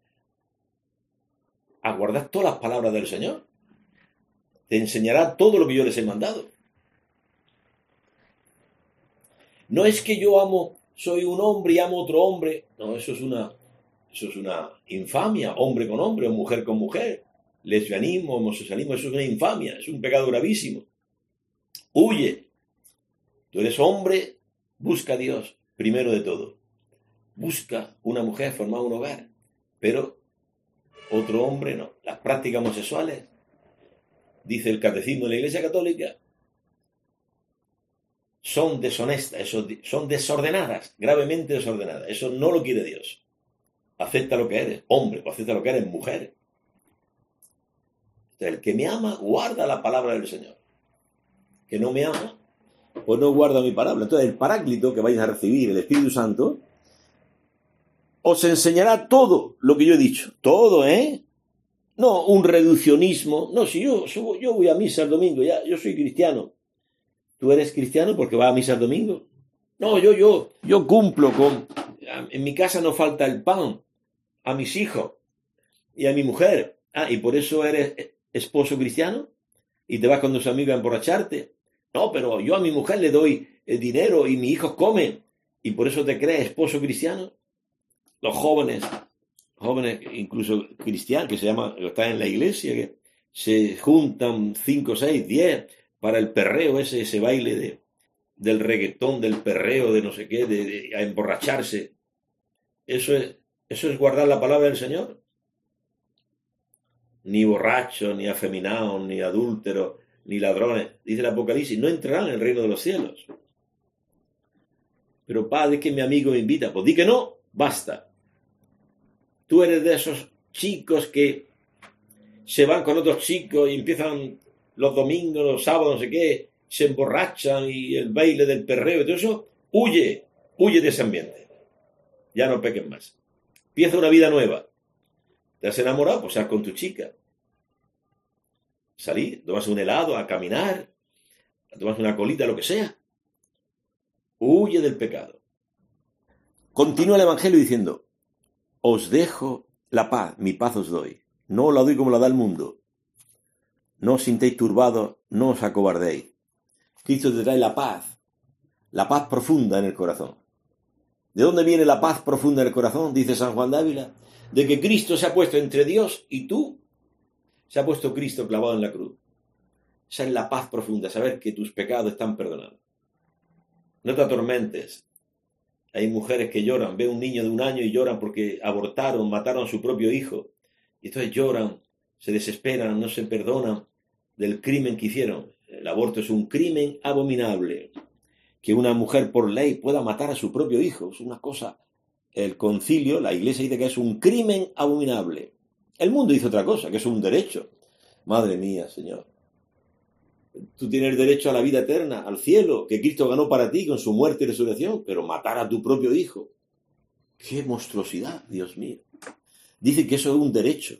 S1: a guardar todas las palabras del Señor. Te enseñará todo lo que yo les he mandado. No es que yo amo, soy un hombre y amo a otro hombre. No, eso es una, eso es una infamia, hombre con hombre o mujer con mujer. Lesbianismo, homosexualismo, eso es una infamia, es un pecado gravísimo. Huye. Tú eres hombre, busca a Dios, primero de todo. Busca una mujer, formar un hogar. Pero otro hombre no. Las prácticas homosexuales, dice el catecismo de la Iglesia Católica, son deshonestas, eso, son desordenadas, gravemente desordenadas. Eso no lo quiere Dios. Acepta lo que eres, hombre, o acepta lo que eres, mujer. El que me ama, guarda la palabra del Señor. Que no me ama, pues no guarda mi palabra. Entonces el Paráclito que vais a recibir, el Espíritu Santo, os enseñará todo lo que yo he dicho. Todo, ¿eh? No un reduccionismo. No, si yo, yo voy a misa el domingo, ya, yo soy cristiano. ¿Tú eres cristiano porque vas a misa el domingo? No, yo, yo, yo cumplo con... En mi casa no falta el pan a mis hijos y a mi mujer. Ah, y por eso eres esposo cristiano y te vas con tus amigos a emborracharte. No, pero yo a mi mujer le doy el dinero y mis hijos comen y por eso te crees esposo cristiano. Los jóvenes, jóvenes incluso cristianos, que se llaman, están en la iglesia, que se juntan cinco, seis, diez para el perreo, ese, ese baile de, del reggaetón, del perreo, de no sé qué, de, de a emborracharse. Eso es, eso es guardar la palabra del Señor. Ni borrachos, ni afeminados, ni adúlteros, ni ladrones, dice el Apocalipsis, no entrarán en el reino de los cielos. Pero padre, es que mi amigo me invita, pues di que no, basta. Tú eres de esos chicos que se van con otros chicos y empiezan los domingos, los sábados, no sé qué, se emborrachan y el baile del perreo y todo eso. Huye, huye de ese ambiente. Ya no peques más. Empieza una vida nueva. ¿Te has enamorado? Pues sal con tu chica. Salir, tomas un helado, a caminar, tomas una colita, lo que sea. Huye del pecado. Continúa el Evangelio diciendo, os dejo la paz, mi paz os doy. No os la doy como la da el mundo. No os sintéis turbados, no os acobardéis. Cristo te trae la paz, la paz profunda en el corazón. ¿De dónde viene la paz profunda en el corazón? Dice San Juan de Ávila. De que Cristo se ha puesto entre Dios y tú. Se ha puesto Cristo clavado en la cruz. Esa es la paz profunda, saber que tus pecados están perdonados. No te atormentes. Hay mujeres que lloran, ven un niño de un año y lloran porque abortaron, mataron a su propio hijo. Y entonces lloran, se desesperan, no se perdonan del crimen que hicieron. El aborto es un crimen abominable. Que una mujer por ley pueda matar a su propio hijo es una cosa. El concilio, la iglesia dice que es un crimen abominable. El mundo dice otra cosa, que es un derecho. Madre mía, Señor. Tú tienes derecho a la vida eterna, al cielo, que Cristo ganó para ti con su muerte y resurrección, pero matar a tu propio hijo. ¡Qué monstruosidad, Dios mío! Dice que eso es un derecho.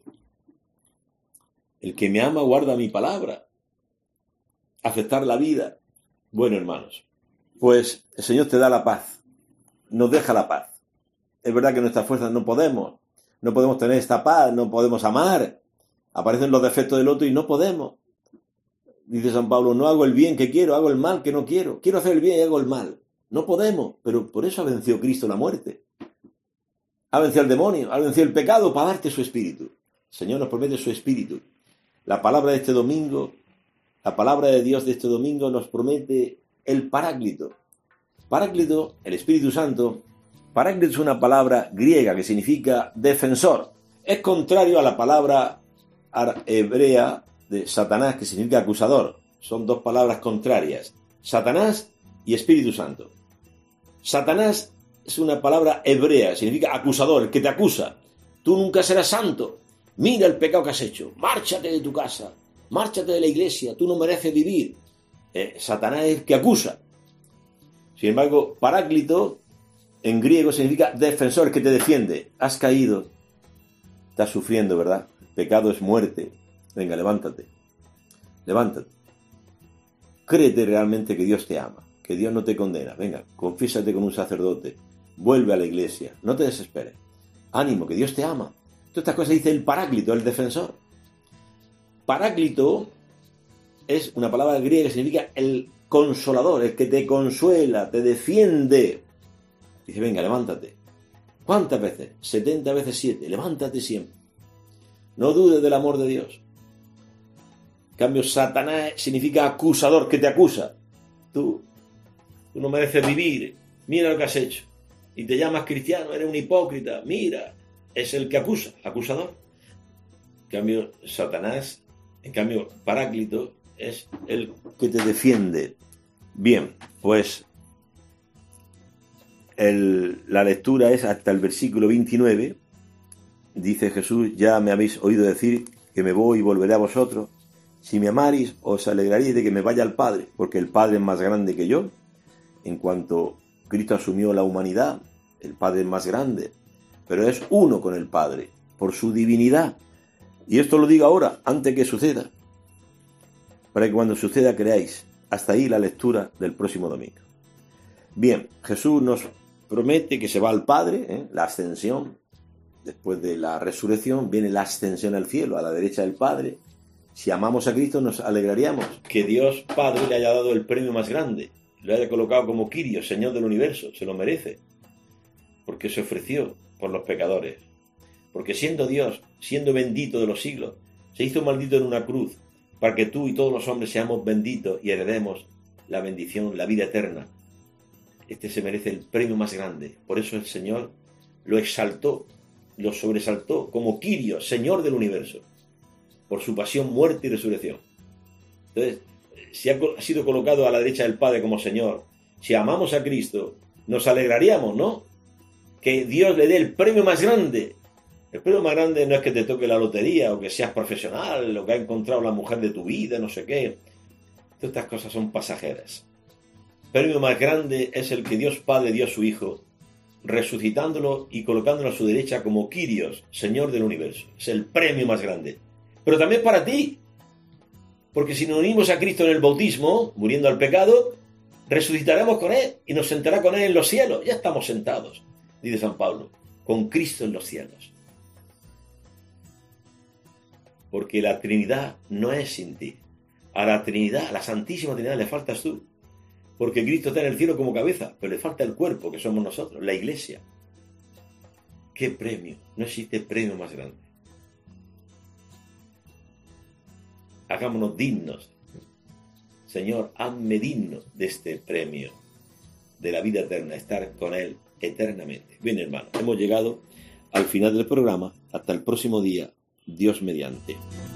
S1: El que me ama guarda mi palabra. Aceptar la vida. Bueno, hermanos, pues el Señor te da la paz. Nos deja la paz. Es verdad que en nuestras fuerzas no podemos. No podemos tener esta paz, no podemos amar. Aparecen los defectos del otro y no podemos. Dice San Pablo, no hago el bien que quiero, hago el mal que no quiero. Quiero hacer el bien y hago el mal. No podemos, pero por eso ha vencido Cristo la muerte. Ha vencido al demonio, ha vencido el pecado para darte su espíritu. El Señor nos promete su espíritu. La palabra de este domingo, la palabra de Dios de este domingo nos promete el Paráclito. Paráclito, el Espíritu Santo. Paráclito es una palabra griega que significa defensor. Es contrario a la palabra hebrea de Satanás, que significa acusador. Son dos palabras contrarias. Satanás y Espíritu Santo. Satanás es una palabra hebrea, significa acusador, el que te acusa. Tú nunca serás santo. Mira el pecado que has hecho. Márchate de tu casa. Márchate de la iglesia. Tú no mereces vivir. Eh, Satanás es el que acusa. Sin embargo, Paráclito en griego significa defensor, el que te defiende. Has caído. Estás sufriendo, ¿verdad? El pecado es muerte. Venga, levántate. Levántate. Créete realmente que Dios te ama, que Dios no te condena. Venga, confiésate con un sacerdote. Vuelve a la iglesia. No te desesperes. Ánimo, que Dios te ama. Todas estas cosas dice el Paráclito, el defensor. Paráclito es una palabra griega que significa el consolador, el que te consuela, te defiende. Dice, venga, levántate. ¿Cuántas veces? setenta veces siete. Levántate siempre. No dudes del amor de Dios. En cambio, Satanás significa acusador, que te acusa. Tú, tú no mereces vivir. Mira lo que has hecho. Y te llamas cristiano, eres un hipócrita. Mira, es el que acusa, acusador. En cambio, Satanás, en cambio, Paráclito es el que te defiende. Bien, pues el, la lectura es hasta el versículo veintinueve. Dice Jesús, ya me habéis oído decir que me voy y volveré a vosotros. Si me amaréis, os alegraréis de que me vaya al Padre, porque el Padre es más grande que yo. En cuanto Cristo asumió la humanidad, el Padre es más grande, pero es uno con el Padre, por su divinidad. Y esto lo digo ahora, antes que suceda, para que cuando suceda creáis. Hasta ahí la lectura del próximo domingo. Bien, Jesús nos promete que se va al Padre, ¿eh? La ascensión. Después de la resurrección viene la ascensión al cielo, a la derecha del Padre. Si amamos a Cristo nos alegraríamos que Dios Padre le haya dado el premio más grande, lo haya colocado como Kyrios, Señor del universo. Se lo merece, porque se ofreció por los pecadores, porque siendo Dios, siendo bendito de los siglos, se hizo maldito en una cruz, para que tú y todos los hombres seamos benditos y heredemos la bendición, la vida eterna. Este se merece el premio más grande. Por eso el Señor lo exaltó, lo sobresaltó como Kyrios, Señor del universo, por su pasión, muerte y resurrección. Entonces, si ha sido colocado a la derecha del Padre como Señor, si amamos a Cristo, nos alegraríamos, ¿no? Que Dios le dé el premio más grande. El premio más grande no es que te toque la lotería o que seas profesional o que ha encontrado la mujer de tu vida, no sé qué. Todas estas cosas son pasajeras. El premio más grande es el que Dios Padre dio a su Hijo, resucitándolo y colocándolo a su derecha como Kyrios, Señor del universo. Es el premio más grande. Pero también para ti, porque si nos unimos a Cristo en el bautismo, muriendo al pecado, resucitaremos con Él y nos sentará con Él en los cielos. Ya estamos sentados, dice San Pablo, con Cristo en los cielos. Porque la Trinidad no es sin ti. A la Trinidad, a la Santísima Trinidad, le faltas tú. Porque Cristo está en el cielo como cabeza, pero le falta el cuerpo, que somos nosotros, la Iglesia. ¡Qué premio! No existe premio más grande. Hagámonos dignos. Señor, hazme digno de este premio. de la vida eterna, estar con Él eternamente. Bien, hermanos, hemos llegado al final del programa. Hasta el próximo día, Dios mediante.